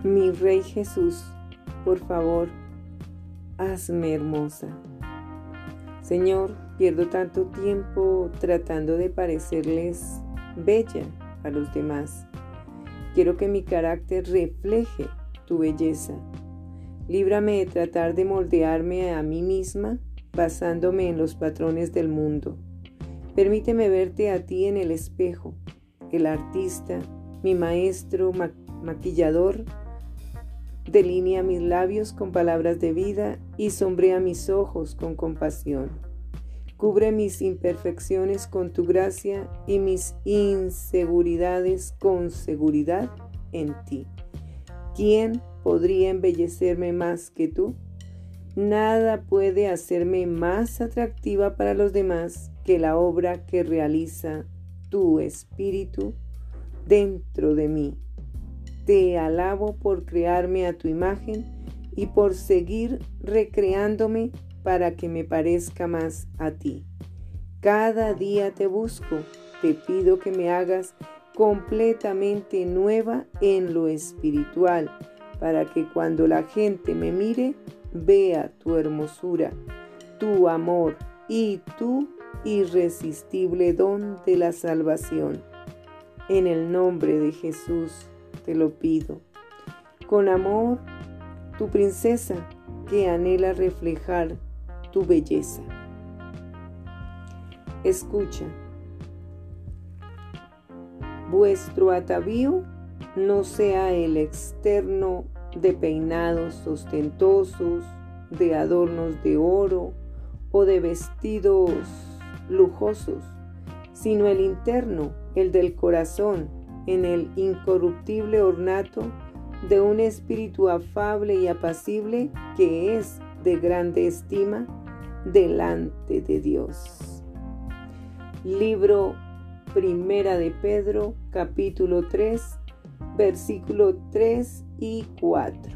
Mi Rey Jesús, por favor, hazme hermosa. Señor, pierdo tanto tiempo tratando de parecerles bella a los demás. Quiero que mi carácter refleje tu belleza. Líbrame de tratar de moldearme a mí misma basándome en los patrones del mundo. Permíteme verte a ti en el espejo, el artista, mi maestro maquillador. Delinea mis labios con palabras de vida y sombrea mis ojos con compasión. Cubre mis imperfecciones con tu gracia y mis inseguridades con seguridad en ti. ¿Quién podría embellecerme más que tú? Nada puede hacerme más atractiva para los demás que la obra que realiza tu Espíritu dentro de mí. Te alabo por crearme a tu imagen y por seguir recreándome para que me parezca más a ti. Cada día te busco, te pido que me hagas completamente nueva en lo espiritual, para que cuando la gente me mire, vea tu hermosura, tu amor y tu irresistible don de la salvación. En el nombre de Jesús te lo pido. Con amor, tu princesa que anhela reflejar tu belleza. Escucha. Vuestro atavío no sea el externo de peinados ostentosos, de adornos de oro o de vestidos lujosos, sino el interno, el del corazón, en el incorruptible ornato de un espíritu afable y apacible que es de grande estima delante de Dios. Libro Primera de Pedro, capítulo 3, versículo 3 y 4.